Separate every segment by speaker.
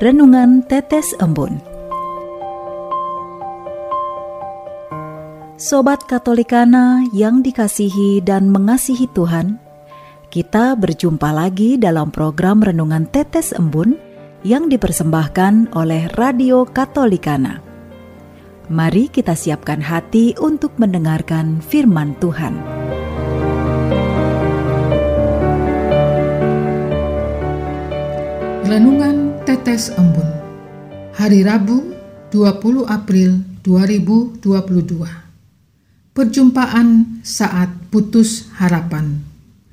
Speaker 1: Renungan Tetes Embun. Sobat Katolikana yang dikasihi dan mengasihi Tuhan, kita berjumpa lagi dalam program Renungan Tetes Embun yang dipersembahkan oleh Radio Katolikana. Mari kita siapkan hati untuk mendengarkan firman Tuhan.
Speaker 2: Renungan Tetes Embun, hari Rabu 20 April 2022. Perjumpaan saat putus harapan.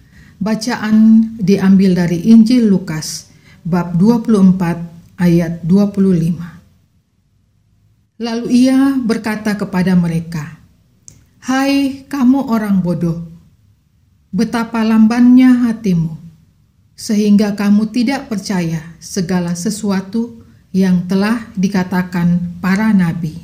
Speaker 2: Bacaan diambil dari Injil Lukas bab 24 ayat 25. Lalu ia berkata kepada mereka, "Hai kamu orang bodoh, betapa lambannya hatimu, sehingga kamu tidak percaya segala sesuatu yang telah dikatakan para nabi."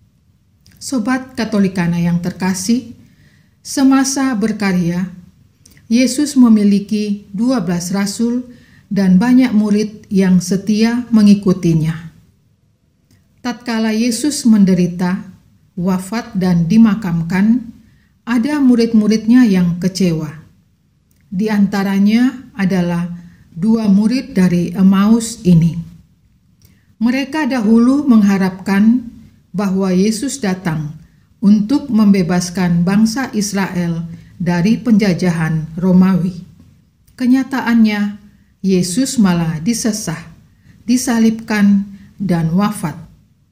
Speaker 2: Sobat Katolikana yang terkasih, semasa berkarya, Yesus memiliki 12 rasul dan banyak murid yang setia mengikutinya. Tatkala Yesus menderita, wafat dan dimakamkan, ada murid-muridnya yang kecewa. Di antaranya adalah 2 murid dari Emmaus ini. Mereka dahulu mengharapkan bahwa Yesus datang untuk membebaskan bangsa Israel dari penjajahan Romawi. Kenyataannya, Yesus malah disesah, disalibkan, dan wafat.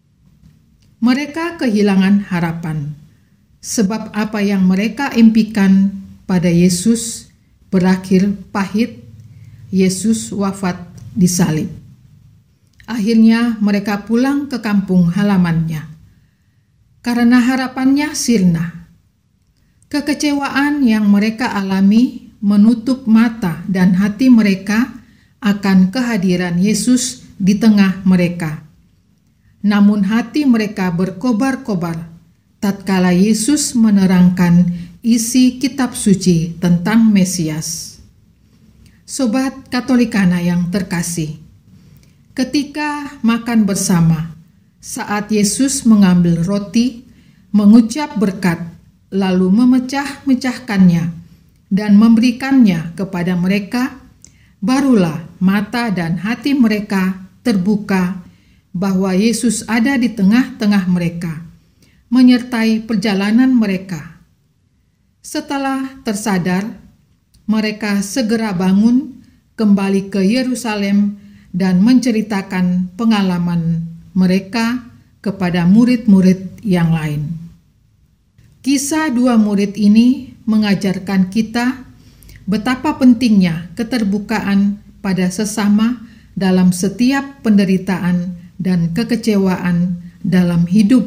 Speaker 2: Mereka kehilangan harapan, sebab apa yang mereka impikan pada Yesus berakhir pahit. Yesus wafat disalib. Akhirnya mereka pulang ke kampung halamannya karena harapannya sirna. Kekecewaan yang mereka alami menutup mata dan hati mereka akan kehadiran Yesus di tengah mereka. Namun hati mereka berkobar-kobar tatkala Yesus menerangkan isi kitab suci tentang Mesias. Sobat Katolikana yang terkasih, ketika makan bersama, saat Yesus mengambil roti, mengucap berkat, lalu memecah-mecahkannya dan memberikannya kepada mereka, barulah mata dan hati mereka terbuka bahwa Yesus ada di tengah-tengah mereka, menyertai perjalanan mereka. Setelah tersadar, mereka segera bangun, kembali ke Yerusalem, dan menceritakan pengalaman mereka kepada murid-murid yang lain. Kisah 2 murid ini mengajarkan kita betapa pentingnya keterbukaan pada sesama dalam setiap penderitaan dan kekecewaan dalam hidup.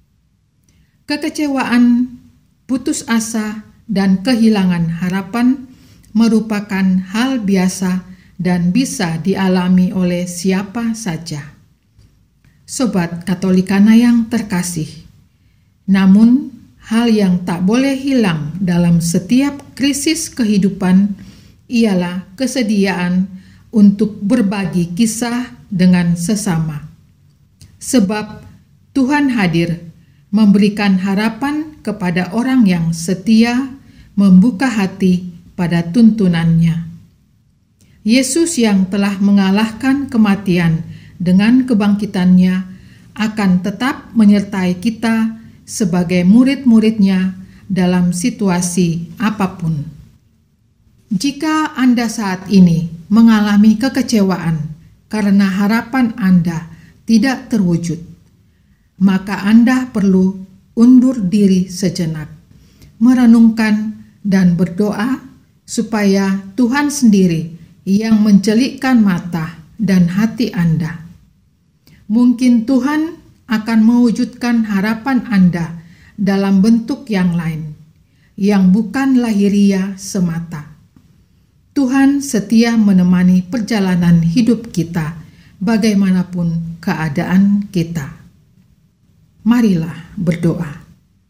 Speaker 2: Kekecewaan, putus asa, dan kehilangan harapan merupakan hal biasa dan bisa dialami oleh siapa saja. Sobat Katolikana yang terkasih, namun hal yang tak boleh hilang dalam setiap krisis kehidupan ialah kesediaan untuk berbagi kisah dengan sesama. Sebab Tuhan hadir memberikan harapan kepada orang yang setia, membuka hati pada tuntunannya. Yesus yang telah mengalahkan kematian dengan kebangkitannya akan tetap menyertai kita sebagai murid-muridnya dalam situasi apapun. Jika Anda saat ini mengalami kekecewaan karena harapan Anda tidak terwujud, maka Anda perlu undur diri sejenak, merenungkan dan berdoa supaya Tuhan sendiri yang mencelikkan mata dan hati Anda. Mungkin Tuhan akan mewujudkan harapan Anda dalam bentuk yang lain, yang bukan lahiriah semata. Tuhan setia menemani perjalanan hidup kita, bagaimanapun keadaan kita. Marilah berdoa.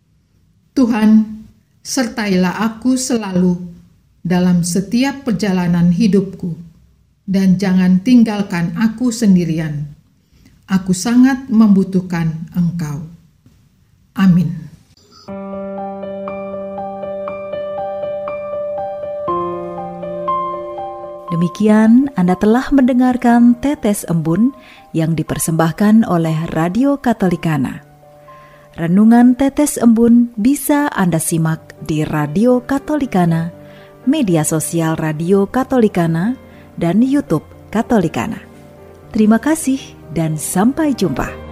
Speaker 2: Tuhan, sertailah aku selalu dalam setiap perjalanan hidupku, dan jangan tinggalkan aku sendirian. Aku sangat membutuhkan Engkau. Amin.
Speaker 1: Demikian Anda telah mendengarkan Tetes Embun yang dipersembahkan oleh Radio Katolikana. Renungan Tetes Embun bisa Anda simak di Radio Katolikana, media sosial Radio Katolikana, dan YouTube Katolikana. Terima kasih dan sampai jumpa.